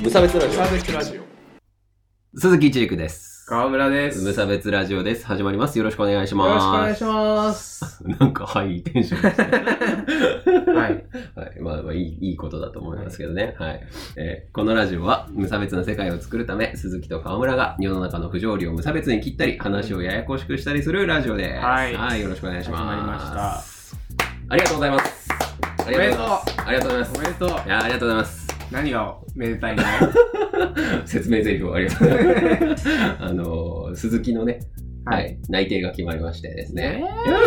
無差別ラジオ。 無差別ラジオ。 鈴木一陸です。 川村です。 無差別ラジオです。始まります。よろしくお願いします。 よろしくお願いします。 なんかハイテンションですね。 はい。 はい。まあいいことだと思いますけどね。はい。このラジオは無差別な世界を作るため、鈴木と川村が世の中の不条理を無差別に切ったり、話をややこしくしたりするラジオです。 はい。 はい。よろしくお願いします。 始まりました。 ありがとうございます。 おめでとう。 ありがとうございます。 おめでとう。 いや、ありがとうございます。 何がめでたいんだい？ 説明台詞をありがとうございます。鈴木のね、はい、内定が決まりましてですね。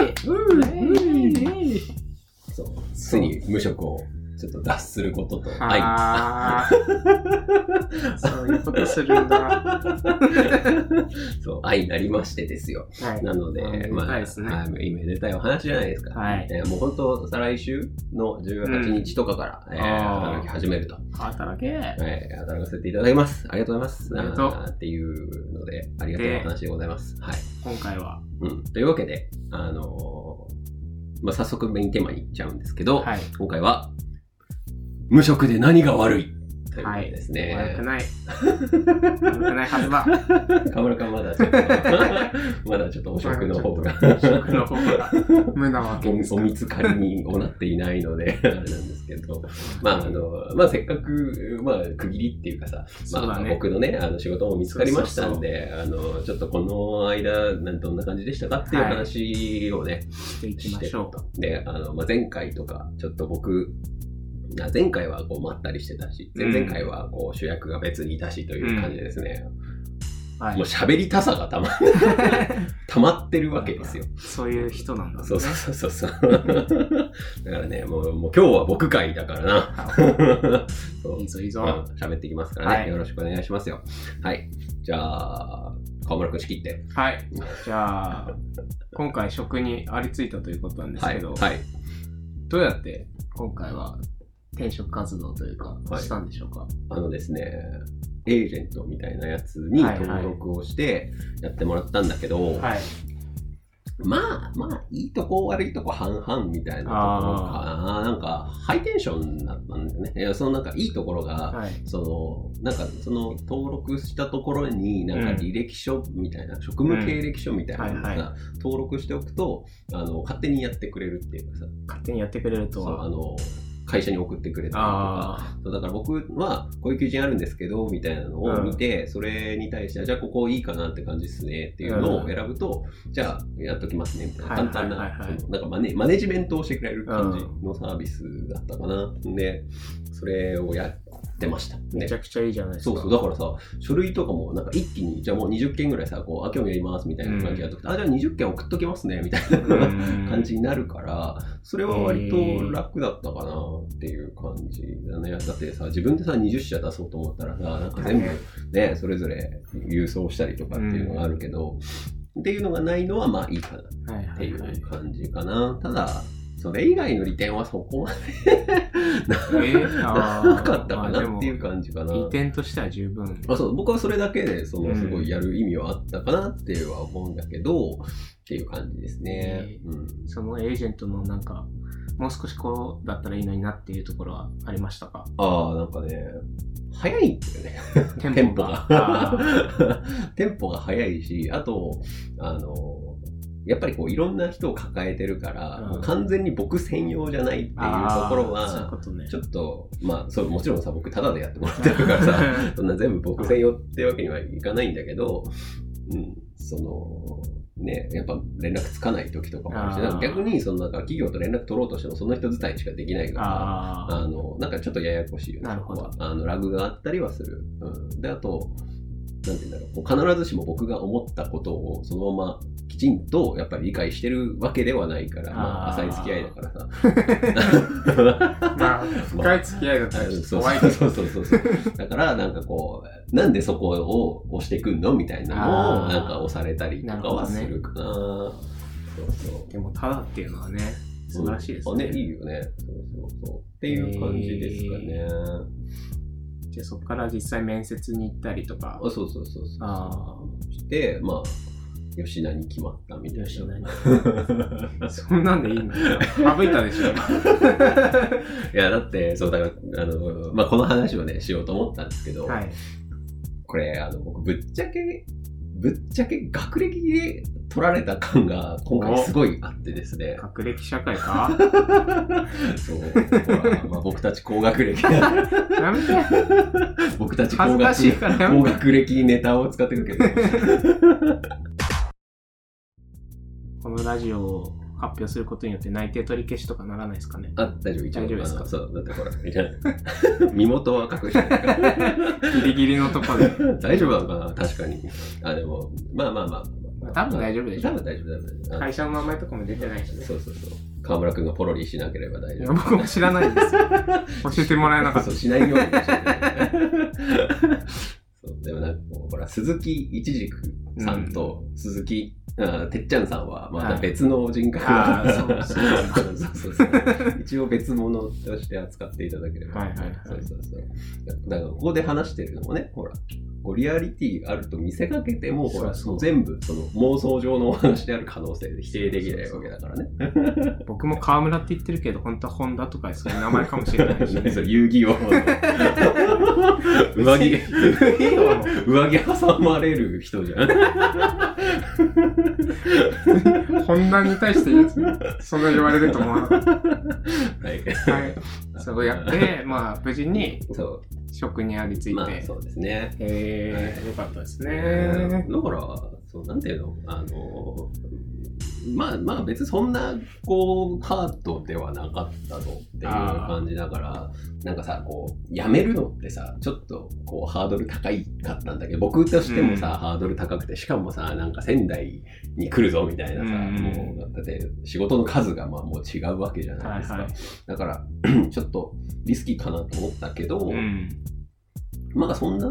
そう、ついに無職をちょっと脱することと愛。 そういうことするんだ。 そう、愛になりましてですよ。はい、なので、 まあ、ですね、 めでたいお話じゃないですか。 はい。 もう本当、再来週の18日とかから、働き始めると。 働け。 はい、働かせていただきます。ありがとうございます。 ありがとう。 っていうので、ありがとうお話でございます。はい。 今回は。 というわけで、早速メインテーマに行っちゃうんですけど、はい、今回は、無職で何が悪いということですね。 はい、悪くない。悪くないはずだ。 河村君まだちょっと汚職の方が。 無なわけです。 お見つかりになっていないので、あれなんですけど。せっかく、区切りっていうかさ、僕のね、仕事も見つかりましたんで、ちょっとこの間、どんな感じでしたかっていう話をね、 していきましょう。で、前回とか、ちょっと前回はこう待ったりしてたし、前々回はこう主役が別にいたしという感じですね。はい、もう喋りたさが溜まってるわけですよ。 そういう人なんだね。 そう。だからね、もう今日は僕会だからな。 いいぞいいぞ。 喋っていきますからね、はい。よろしくお願いしますよ。はい。じゃあ、川村くん仕切って。 はい。じゃあ、今回職にありついたということなんですけど、はい。どうやって今回は転職活動というか、したんでしょうか？ ですね、エージェントみたいなやつに登録をしてやってもらったんだけど、はい、いいとこ悪いとこ半々みたいなところかな。なんか、ハイテンションだったんだよね。いや、いいところが、はい、その登録したところに、履歴書みたいな、職務経歴書みたいなのが登録しておくと、勝手にやってくれるっていうかさ。 勝手にやってくれるとは。 会社に送ってくれたりとか。だから僕はこういう求人あるんですけど、みたいなのを見て、それに対して、じゃあここいいかなって感じですねっていうのを選ぶと、じゃあやっときますねみたいな簡単な、マネジメントをしてくれる感じのサービスだったかな。で、それをやってました。 めちゃくちゃいいじゃないですか。 そう。だからさ、書類とかも一気に、じゃあもう20件ぐらいさ、興味ありますみたいな感じでやっとくと、じゃあ20件送っときますねみたいな感じになるから、それは割と楽だったかなっていう感じだね。だってさ、自分でさ、20社出そうと思ったらさ、全部ね、それぞれ郵送したりとかっていうのがあるけど、っていうのがないのはいいかなっていう感じかな。ただ、それ以外の利点はそこまでなかったかなっていう感じかな。 利点としては十分。 そう、僕はそれだけで、すごいやる意味はあったかなっては思うんだけど、っていう感じですね。 そのエージェントのもう少しこうだったらいいのになっていうところはありましたか？ 早いんだよね。テンポが。テンポが早いし、あと、やっぱりいろんな人を抱えてるから、もう完全に僕専用じゃないっていうところは、ちょっと、もちろんさ、僕タダでやってもらってるからさ、そんな全部僕専用ってわけにはいかないんだけど、やっぱ連絡つかない時とかもあるし、逆に企業と連絡取ろうとしてもその人伝いしかできないから、ちょっとややこしいよね。 なるほど。 ラグがあったりはする。で、あと、なんて言うんだろう、必ずしも僕が思ったことをそのままきちんとやっぱり理解してるわけではないから、浅い付き合いだからさ。 深い付き合いだったら怖い。 そう。だからなんでそこを押してくんのみたいなのを押されたりとかはするかな。そう。 でもただっていうのはね、素晴らしいですね。 いいよね。そう。っていう感じですかね。 でそこから実際面接に行ったりとか。 そう。して、 吉田に決まったみたいな。吉田に。 そんなんでいいんだよ。省いたでしょ。 いや、だって、そう、だから、まあ、この話をね、しようと思ったんですけど、はい、これ、僕、ぶっちゃけ学歴で取られた感が今回すごいあってですね。 学歴社会かそう、ほら、まあ、僕たち高学歴。やめて。 僕たち高学歴ネタを使ってくるけど。 このラジオを発表することによって内定取り消しとかならないですかね。 あ、大丈夫、一応。 大丈夫ですか。 そう、だってほら、身元は隠してるから。 ギリギリのところで。 大丈夫なのかな、確かに。あ、でも、まあ。 多分大丈夫でしょ。 多分大丈夫。 会社の名前とかも出てないしね。 そう。河村くんがポロリしなければ大丈夫。 僕も知らないんですよ。教えてもらえなかった。 そう、しないように教えてそう、でもなんかほら、鈴木一軸さんと鈴木、てっちゃんさんはまた別の人格だから、そう一応別物として扱っていただければ。そう。だからここで話してるのもね、ほら、リアリティがあると見せかけても、ほら、全部その妄想上のお話である可能性で否定できないわけだからね。 僕も河村って言ってるけど、本当は本田とかそういう名前かもしれないし、ね。 遊戯王の上着挟まれる人じゃん。 本田に対してそんな言われると思わなかった。はい。そうやって、まあ、無事に職にありついて。 まあ、そうですね。 よかったですね。 だから、そう、なんていうの、まあ別にそんな、ハードではなかったのっていう感じだから、なんかさ、辞めるのってさ、ちょっと、ハードル高いかったんだけど、僕としてもさ、ハードル高くて、しかもさ、なんか仙台に来るぞみたいなさ、もう、だって仕事の数がまあもう違うわけじゃないですか。だから、ちょっとリスキーかなと思ったけど、まあそんな、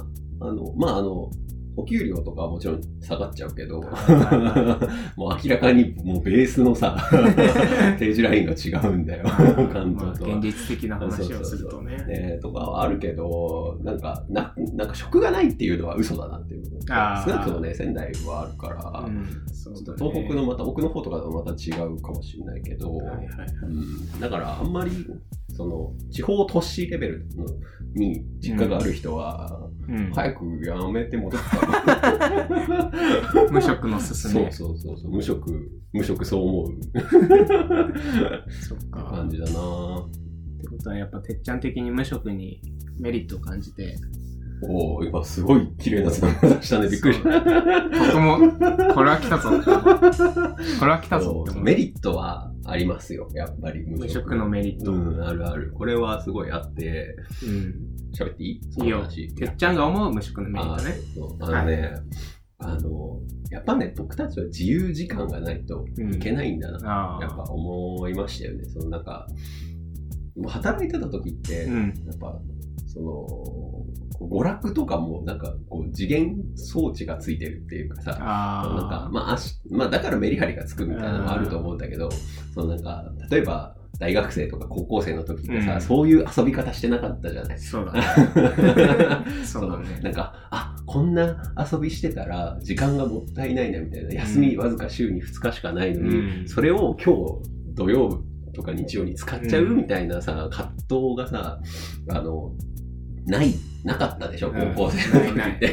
お給料とかはもちろん下がっちゃうけど、もう明らかにもうベースのさ、提示ラインが違うんだよ、関東とは。 現実的な話をするとね。 とかはあるけど、なんか職がないっていうのは嘘だなっていう。少なくともね、仙台はあるから、東北のまた奥の方とかとまた違うかもしれないけど、だからあんまり、その地方都市レベルに実家がある人は、早く辞めて戻ったら無職の勧め。 そう無職そう思うそっか感じだな。ってことはやっぱてっちゃん的に無職にメリットを感じて。 おお、今すごい綺麗なつながりしたね。びっくりした。 僕もこれは来たぞって。 メリットはありますよ、やっぱり。 無職のメリット。 ある。これはすごいあって。喋っていい？ いいよ。てっちゃんが思う無職のメリットね。 やっぱね、僕たちは自由時間がないといけないんだな、やっぱ思いましたよね。そのなんか、もう働いてた時って、やっぱ、その、娯楽とかもなんか次元装置がついてるっていうかさ、なんかまあだからメリハリがつくみたいなのもあると思うんだけど、そのなんか例えば大学生とか高校生の時ってさ、そういう遊び方してなかったじゃない。 そうだね。 そうだね。なんかこんな遊びしてたら時間がもったいないなみたいな、休みわずか週に2日しかないのに、それを今日土曜とか日曜に使っちゃうみたいなさ、葛藤がさ、なかったでしょ、高校生の時って。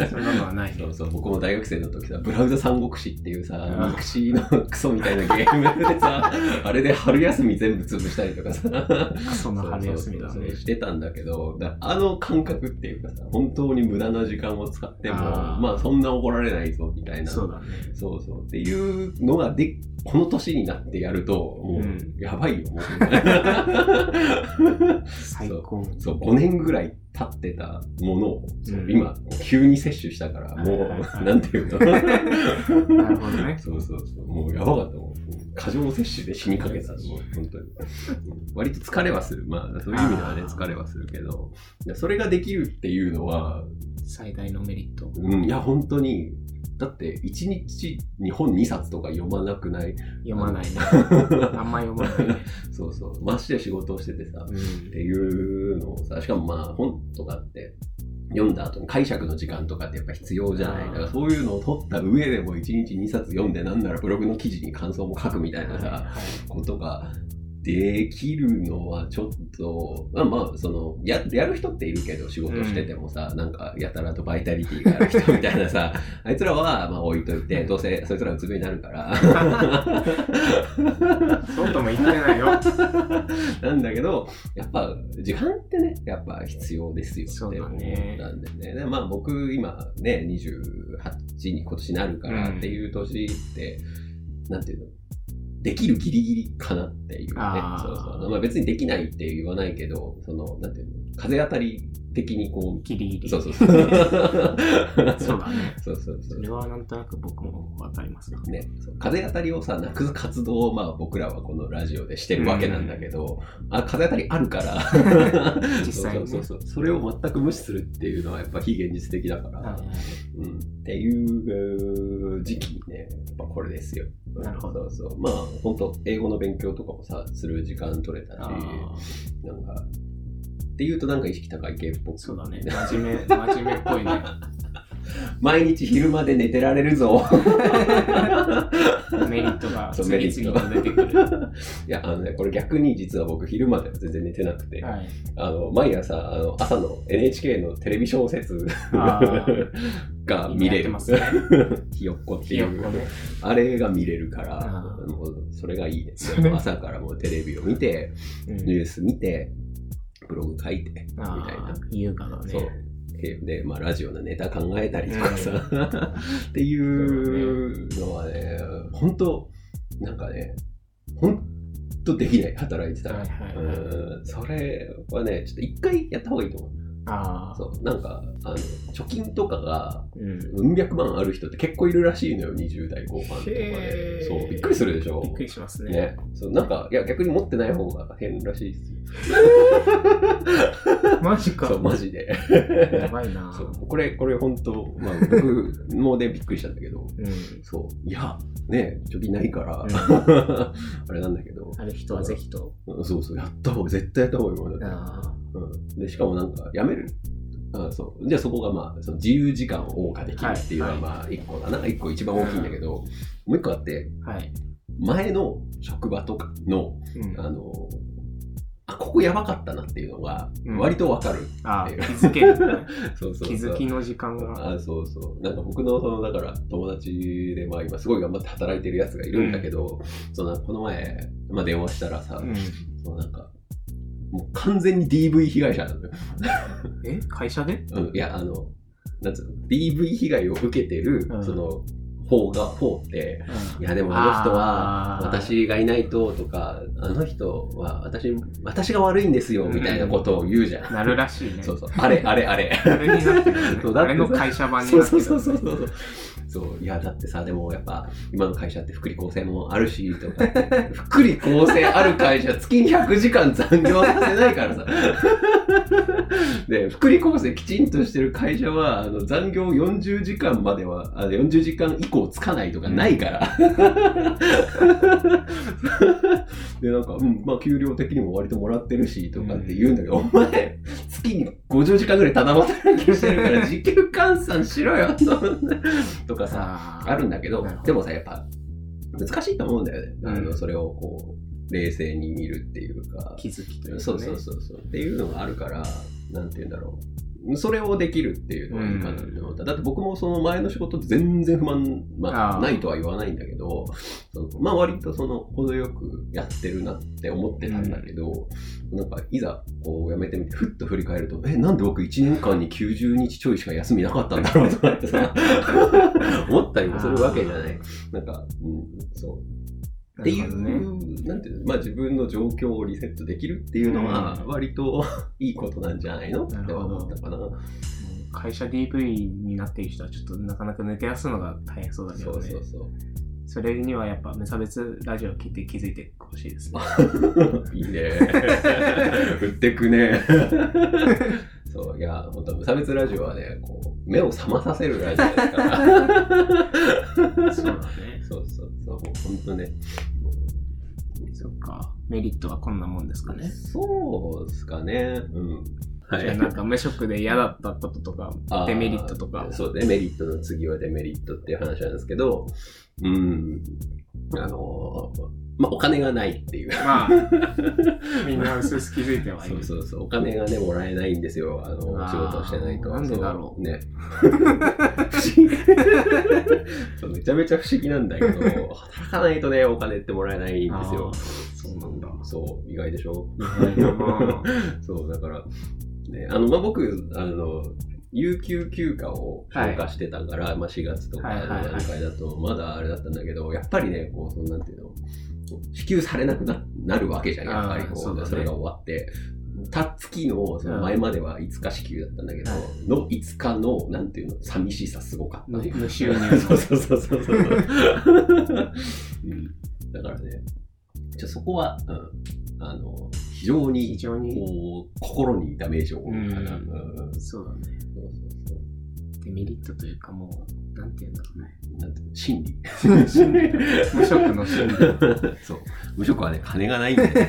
そんなのはない。 そう、僕も大学生の時さ、ブラウザ三国志っていうさ、ミクシーのクソみたいなゲームでさ、あれで春休み全部潰したりとかさ、 クソの春休みだね。 してたんだけど、あの感覚っていうかさ、本当に無駄な時間を使っても、まあそんな怒られないぞみたいな。 そうだね。 そうっていうのがこの年になってやると、もう、やばいよ、もう。 最高。 そう、5年ぐらい経ってたものを、今、急に摂取したから、もう、なんていうの。 なるほどね。 そう。もうやばかったもん。過剰摂取で死にかけた、もう、本当に。割と疲れはする。まあ、そういう意味ではね、疲れはするけど、それができるっていうのは、 最大のメリット。 いや、本当に、だって1日に本2冊とか読まなくない？ 読まないね。あんま読まないね。 そう。まして仕事をしててさ、っていうのをさ、しかもまあ本とかって、 読んだ後に解釈の時間とかってやっぱ必要じゃない。だからそういうのを取った上でも1日2冊読んで、なんならブログの記事に感想も書くみたいなさ、ことができるのはちょっと、まあそのやる人っているけど、仕事しててもさ、なんかやたらとバイタリティがある人みたいなさ、あいつらはまあ置いといて、どうせそいつらうつ病になるからそうとも言ってないよなんだけど、やっぱ時間ってね、やっぱ必要ですよって思ったんでね。でまあ僕今ね28に今年なるからっていう年って、なんていうの、できるギリギリかなっていうね。そうそう。まあ別にできないって言わないけど、その、なんていうの、風当たり的にこう。 ギリギリ。 そうそうそう。 そうだね。 そうそうそう。 それはなんとなく僕もわかりますね。風当たりをさ、なくす活動をまあ僕らはこのラジオでしてるわけなんだけど、風当たりあるから。実際に、ね。そう。それを全く無視するっていうのはやっぱ非現実的だから。っていう時期にね、やっぱこれですよ。 なるほど。 そう。まあ本当英語の勉強とかもさ、する時間取れたし、なんか、っていうとなんか意識高い系っぽく。 そうだね。真面目っぽいね。 毎日昼まで寝てられるぞ。 メリットが次々と出てくる。 いや、これ逆に実は僕昼までは全然寝てなくて、はい、毎朝、朝の NHK のテレビ小説が見れる。ひよっこっていう、ね、あれが見れるから、もうそれがいいですよ。朝からもうテレビを見て、ニュース見て、ブログ書いて、みたいな。 優雅だね。そう。 で、まあ、ラジオのネタ考えたりとかさ、っていうのはね、本当なんかね、本当できない、働いてたら。それはね、ちょっと一回やった方がいいと思う。そう、なんか、貯金とかが、うん百万ある人って結構いるらしいのよ、20代後半とかで。そう、びっくりするでしょ。 びっくりしますね。 そう、なんか、いや、逆に持ってない方が変らしいですよ。 マジか。 そう、マジで。 やばいな。 そう、これ本当、まあ、僕もね、びっくりしたんだけど、そう、いや、ね、貯金ないから、あれなんだけど。 ある人はぜひと。 そう、やった方が、絶対やった方がいいもんだって。で、しかもなんか、やめる。そう。じゃあそこがまあ、その自由時間を謳歌できるっていうのはまあ、一個だな。一個一番大きいんだけど、もう一個あって、前の職場とかの、ここやばかったなっていうのが、割とわかるっていう。 気づける。 そう。 気づきの時間が。 そう。なんか僕のだから友達でまあ今すごい頑張って働いてるやつがいるんだけど、この前、まあ電話したらさ、なんか、もう完全に DV 被害者なのよ。 会社で？ いや、なんつうの、DV 被害を受けてる、方って、いやでもあの人は私がいないととか、あの人は私が悪いんですよみたいなことを言うじゃん。 なるらしいね。 そう。あれ。あれになってる、ね。あれの会社版になってる。そう。いや、だってさ、でもやっぱ、今の会社って福利厚生もあるし、とか、福利厚生ある会社、月に100時間残業させないからさ。で、福利厚生きちんとしてる会社は、残業40時間までは、40時間以降つかないとかないから。で、なんか、まあ、給料的にも割ともらってるし、とかって言うんだけど、お前、月に50時間ぐらいただ働きしてるから、時給換算しろよ、とかさ、あるんだけど、でもさ、やっぱ、難しいと思うんだよね。それをこう、冷静に見るっていうか。 気づきというか、ね。 そう。っていうのがあるから、なんて言うんだろう。それをできるっていうのがいいかなって思った。だって僕もその前の仕事って全然不満、ないとは言わないんだけど、まあ割と程よくやってるなって思ってたんだけど、なんかいざこう辞めてみてふっと振り返ると、なんで僕1年間に90日ちょいしか休みなかったんだろうとかってさ、思ったりもするわけじゃない。なんか、そう。っていう、なんていうの、まあ自分の状況をリセットできるっていうのは割といいことなんじゃないのって思ったかな。 会社 DV になっている人はちょっとなかなか抜け出すのが大変そうだけどね。そう。それにはやっぱ無差別ラジオを聞いて気づいてほしいですね。 いいね。振ってくね。そう、いや、本当無差別ラジオはね、こう、目を覚まさせるラジオですから。 そうだね。 そう、もう本当ね。 そっか。メリットはこんなもんですかね。 そうですかね。 はい、 なんか無職で嫌だったこととか、デメリットとか。 そうね、メリットの次はデメリットっていう話なんですけど、まあ、お金がないっていう。 まあ、みんな薄々気づいてはいる。 そう、お金がね、もらえないんですよ。仕事をしてないと。 なんでだろう。 ね。不思議。そう、めちゃめちゃ不思議なんだけど、働かないとね、お金ってもらえないんですよ。 そうなんだ。 そう、意外でしょ？ 意外だな。 そう、だから、ね、まあ、僕、有給休暇を消化してたから、まあ4月とかの段階だと、まだあれだったんだけど、やっぱりね、こう、なんていうの、支給されなくなるわけじゃん、やっぱりこう、それが終わって。月のその前までは5日支給だったんだけど、の5日の、なんていうの、寂しさすごかった。 無収入。 そう。だからね、そこは、非常にこう心にダメージを負うかな。 そうだね。デメリットというかもう、なんていうんだろうね。 なんていうの、心理。 無職の心理。 そう。無職はね、金がないんだよね。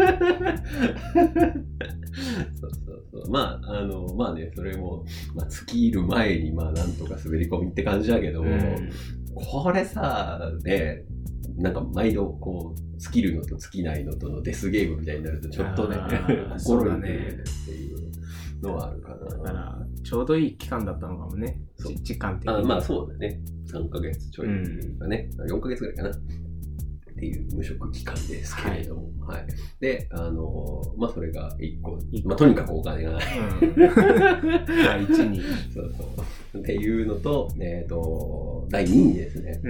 そう。まあね、それも、まあ、尽きる前に、まあ、なんとか滑り込みって感じだけど、これさ、ね、なんか毎度こう尽きるのと尽きないのとのデスゲームみたいになるとちょっとね心にくるっていうのはあるかな。 だからちょうどいい期間だったのかもね。時間的に。 まあそうだね。3ヶ月ちょいかね、4ヶ月ぐらいかなっていう無職期間ですけれども、はい。で、まあそれが1個、まあとにかくお金がない。 第一に。 そう。っていうのと、第2にですね、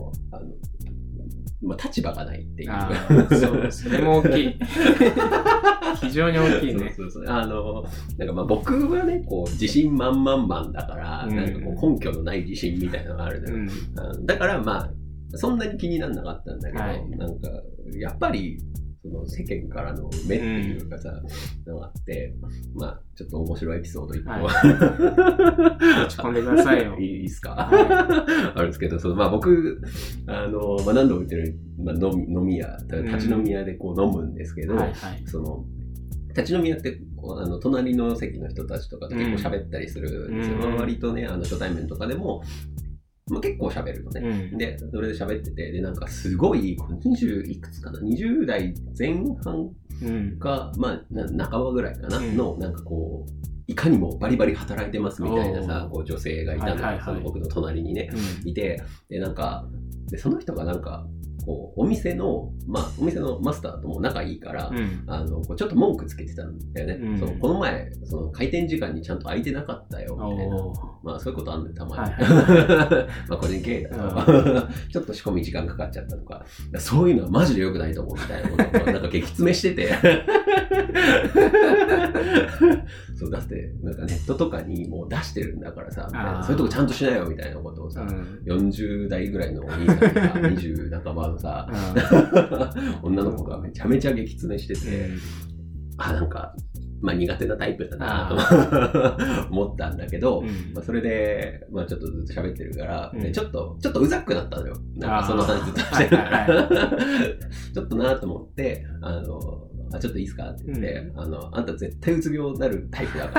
まあ、立場がないっていう。 そう、それも大きい。非常に大きいね。 そう。なんかまあ僕はね、こう、自信満々マンだから、なんかこう根拠のない自信みたいなのがあるのよ。だからまあ、そんなに気にならなかったんだけど、なんか、やっぱり、その世間からの目っていうかさ、のがあって、まあ、ちょっと面白いエピソード1個。 持ち込んでくださいよ。 いいですか？あるんですけど、まあ僕、まあ何度も言ってる、まあ飲み屋、立ち飲み屋でこう飲むんですけど、その、立ち飲み屋って、隣の席の人たちとかと結構喋ったりするんですよ。割とね、初対面とかでも、まあ、結構喋るのね、で、それで喋ってて、で、なんかすごい、20いくつかな ?20 代前半か、まあ、半ばぐらいかな、の、なんかこう、いかにもバリバリ働いてますみたいなさ、こう女性がいたのが、その僕の隣にね、いて、で、なんか、で、その人がなんか、こうお店のマスターとも仲いいから、こうちょっと文句つけてたんだよね。この前、その開店時間にちゃんと空いてなかったよ、みたいな。まあそういうことあんのよ、たまに。まあ個人経営だとか、ちょっと仕込み時間かかっちゃったとか、そういうのはマジで良くないと思うみたいなことをなんか激詰めしてて。そう、だって、なんかネットとかにもう出してるんだからさ、そういうとこちゃんとしないよみたいなことをさ、40代ぐらいのお兄さんとか、20半ばのさ、女の子がめちゃめちゃ激詰めしてて、なんか、まあ苦手なタイプだなと思ったんだけど、まあそれで、まあちょっとずっと喋ってるから、ちょっとうざくなったのよ。なんかその話ずっとしてるから。ちょっとなと思って、ちょっといいですかって言って、あんた絶対うつ病になるタイプだから、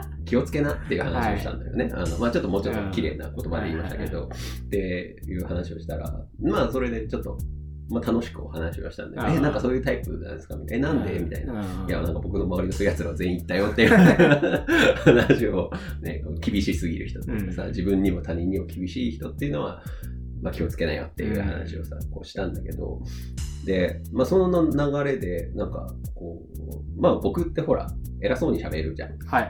気をつけなっていう話をしたんだよね。まあちょっともうちょっと綺麗な言葉で言いましたけど、っていう話をしたら、まあそれでちょっと、まあ楽しくお話をしたんで、なんかそういうタイプなんですかみたいな。なんでみたいな。いや、なんか僕の周りのそういう奴らは全員言ったよっていう話を、ね、厳しすぎる人っていうかさ、自分にも他人にも厳しい人っていうのは、まあ気をつけなよっていう話をさ、こうしたんだけど、で、まあその流れで、なんか、こう、まあ僕ってほら、偉そうに喋るじゃん。 はい。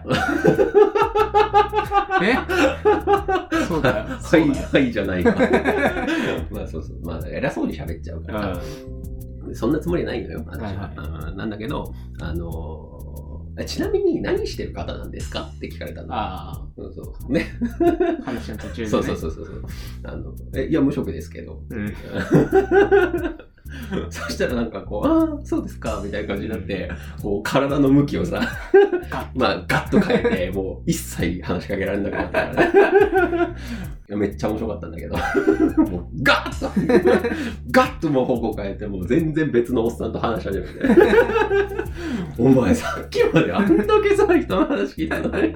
そうだよ。 はいじゃないか。まあそう。まあ偉そうに喋っちゃうから、そんなつもりはないのよ、私は。なんだけど、ちなみに何してる方なんですかって聞かれたの。そうね。 話の途中でね。 そう。いや、無職ですけど。そしたらなんかこう、そうですか、みたいな感じになって、こう、体の向きをさ、まあ、ガッと変えて、もう一切話しかけられなくなったからね。 めっちゃ面白かったんだけど、もうガッともう方向変えて、もう全然別のおっさんと話し始めて。お前さっきまであんだけさ、人の話聞いたのに。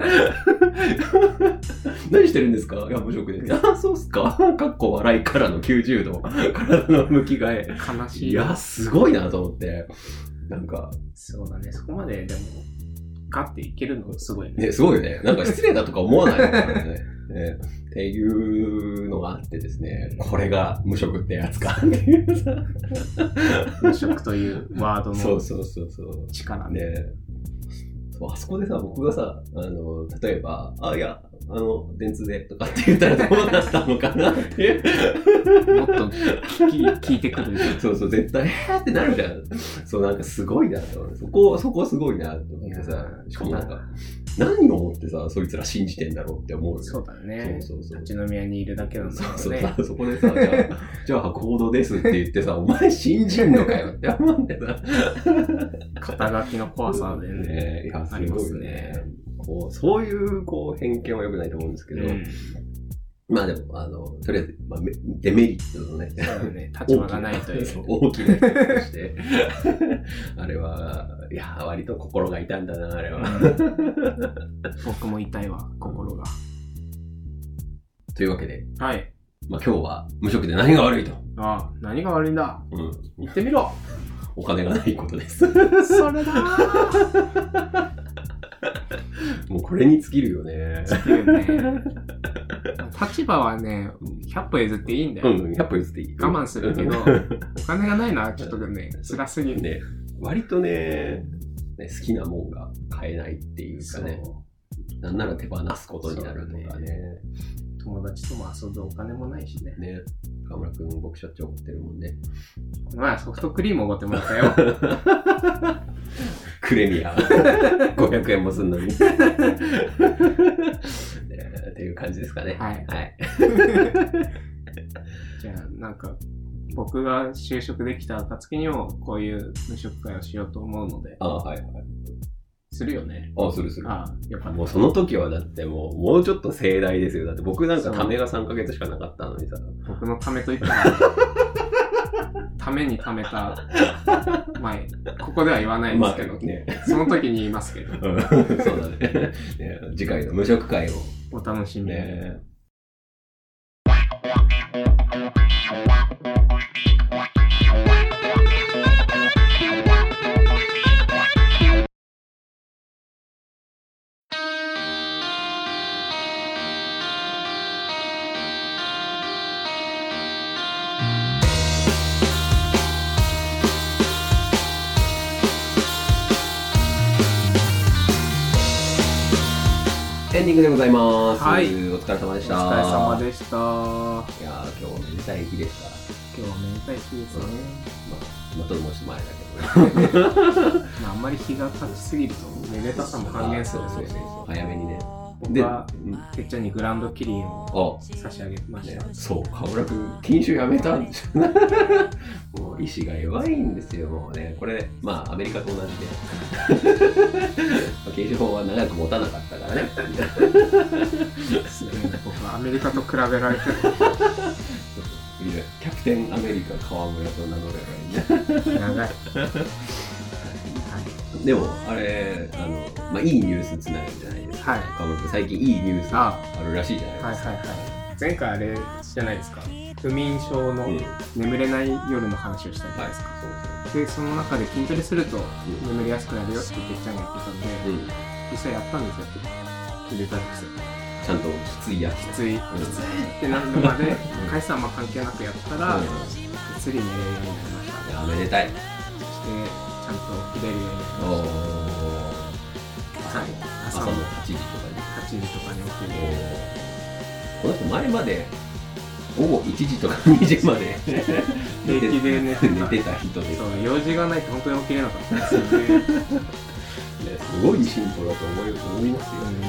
何してるんですか？いや、無職で。あ、そうっすか？かっこ笑いからの90度。体の向き替え。 悲しい。 いや、すごいなと思って。なんか。 そうだね、そこまででも、ガッていけるのすごいね。 ね、すごいよね。なんか失礼だとか思わないからね。っていうのがあってですね、これが無職ってやつかっていうさ。 無職というワードの力ね。そう、あそこでさ、僕がさ、例えば、いや、電通でとかって言ったらどうなったのかなっていう。 もっと聞いてくる。 そう、絶対、ってなるじゃん。そう、なんかすごいなと思って。そこすごいなと思ってさ、しかもなんか、何をもってさ、そいつら信じてんだろうって思うよね。 そうだね。そう。立ち飲み屋にいるだけなんだよね。 そう、そこでさ、じゃあ、コードですって言ってさ、お前信じんのかよって思うんだよな。 肩書きの怖さでね。 いや、すごいね。そういう、偏見は良くないと思うんですけど、まあでも、とりあえず、デメリットのね。 そうだね。立場がないという。 大きな一つとして、あれは、いや、割と心が痛んだな、あれは。 僕も痛いわ、心が。 というわけで、 はい。 今日は無職で何が悪いと。 何が悪いんだ。言ってみろ。 お金がないことです。 それだー。 もうこれに尽きるよね。 尽きるね。立場はね、100歩譲っていいんだよ。 100歩譲っていい。 我慢するけど、お金がないのはちょっとね、辛すぎる。 ね、割とね、好きなもんが買えないっていうかね。なんなら手放すことになるとかね。 友達とも遊ぶお金もないしね。 ね。河村くん、僕しょっちゅう怒ってるもんね。 この前ソフトクリームおごってもらったよ。 クレミア。500円もすんのに。っていう感じですかね。 はい。じゃあ、なんか、僕が就職できた暁にも、こういう無職会をしようと思うので。するよね。 する。 よかった。 もうその時はだってもうちょっと盛大ですよ。だって僕なんかためが3ヶ月しかなかったのにさ。 僕のためといったら、ためにためた前、ここでは言わないんですけど、ね、その時に言いますけど。 そうだね。次回の無職会をお楽しみに。ね、 エンディングでございます。 はい。 お疲れ様でした。 お疲れ様でした。 いやー、今日はめでたい日でした。 今日はめでたい日ですね。 ちょっともうちょっと前だけどね。 あんまり日が経ちすぎるとめでたさも半減するので、 早めにね。 僕はてっちゃんにグランドキリンを差し上げました。 そう、河村くん禁酒やめたんでしょ。もう意志が弱いんですよ、もうね。これアメリカと同じで禁酒法は長く持たなかったからね。 僕はアメリカと比べられてる。 キャプテンアメリカ河村と名乗ればいいね。 長い。 でもあれいいニュースつながるじゃないですか。河村君最近いいニュースあるらしいじゃないですか。 前回あれじゃないですか。不眠症の眠れない夜の話をしたじゃないですか。でその中で筋トレすると眠りやすくなるよっててっちゃんが言ってたんで、実際やったんですよ。リラックス。 ちゃんときついやつ。 きついってなるまで回数は関係なくやったらぐっつり寝れるようになりました。 いやめでたい。 そしてちゃんと起きれるようになりました。朝の8時とかに起きる。 この人前まで午後1時とか2時まで平気で寝てた人です。 そう、用事がないと本当に起きれなかったですよね。 すごい進歩だと思いますよ。 筋トレとね、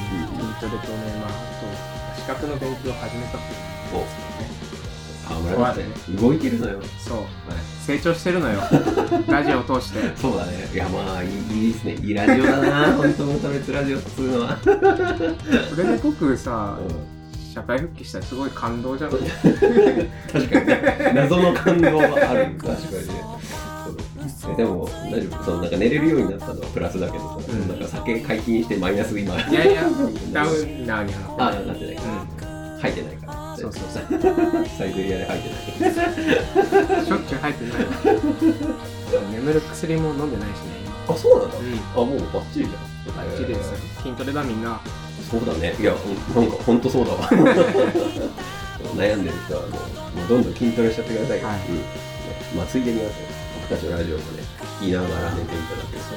あと資格の勉強を始めたっていうことですね。動いてるのよ。 そう、成長してるのよ。ラジオを通して。 そうだね。いやいいですね。いいラジオだな。本当無差別ラジオっつうのは。 これで僕さ、 社会復帰したらすごい感動じゃない？ 確かにね、謎の感動はある。確かにね。でも大丈夫、そのなんか寝れるようになったのはプラスだけどさ、なんか酒解禁してマイナス今。 いやいや、ダウナーになってない。吐いてないから。 そうサイゼリアで吐いてない。 しょっちゅう吐いてないわ。眠る薬も飲んでないしね。 あ、そうなんだ。あ、もうバッチリじゃん。 バッチリですよ。筋トレだみんな。 そうだね。いや、なんか本当そうだわ。悩んでる人はもうどんどん筋トレしちゃってくださいよ。まあついでに僕たちのラジオもね、聞きながら寝ていただける。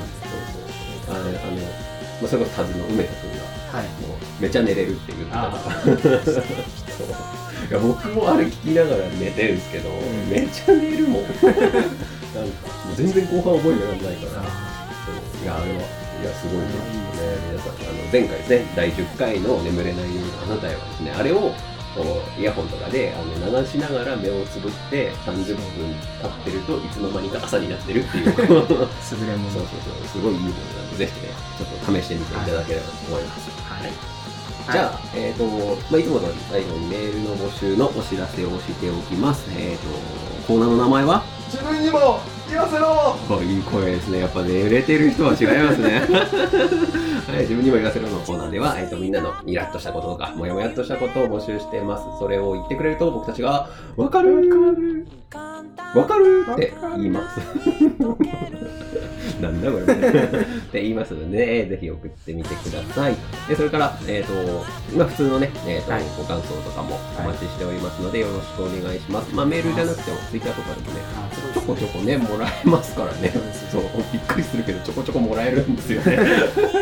そうそれこそタズの梅田君が、もうめちゃ寝れるって言ってたから。いや僕もあれ聞きながら寝てるんですけど、めちゃ寝るもん。なんか全然後半覚えてらんないから。いやあれはいやすごいですね。皆さん前回ですね、第10回の眠れないあなたへはですね、あれをイヤホンとかで流しながら目をつぶって30分経ってるといつの間にか朝になってるっていう。 優れもの。そうすごいいいものなので、ぜひねちょっと試してみていただければと思います。じゃあ、いつもの最後にメールの募集のお知らせをしておきます。コーナーの名前は自分にも言わせろ。 いい声ですね。やっぱね、売れてる人は違いますね。はい、自分にも言わせろのコーナーでは、みんなのイラッとしたこととか、もやもやっとしたことを募集しています。それを言ってくれると僕たちが、わかるって言います。なんだこれって言いますので、ぜひ送ってみてください。でそれから、普通のね、ご感想とかもお待ちしておりますので、よろしくお願いします。まあ、メールじゃなくても、ツイッターとかでもね、ちょこちょこね、もらえますからね。そう、びっくりするけど、ちょこちょこもらえるんですよね。はい、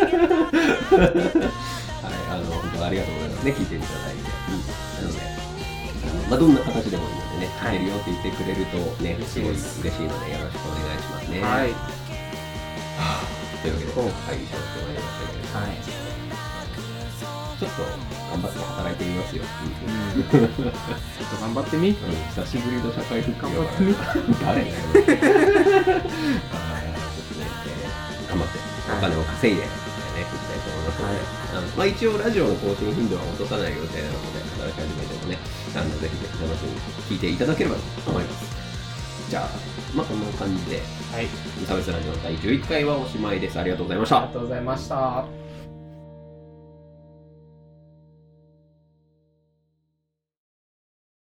本当ありがとうございますね、聞いていただいて。なので、どんな形でもいいのでね、聞けるよって言ってくれるとね、すごい嬉しいので、よろしくお願いしますね。はい。というわけで、会議所ってまいりましたけど、ちょっと頑張って働いてみますよ。 ちょっと頑張ってみ。 久しぶりの社会復帰頑張ってみ。 誰だよ。頑張ってお金を稼いでいきたいと思いますので、一応ラジオの更新頻度は落とさない予定なので、働き始めてもね、ぜひ楽しみに聞いていただければと思います。じゃあ、こんな感じで、無差別ラジオの第11回はおしまいです。ありがとうございました。 ありがとうございました。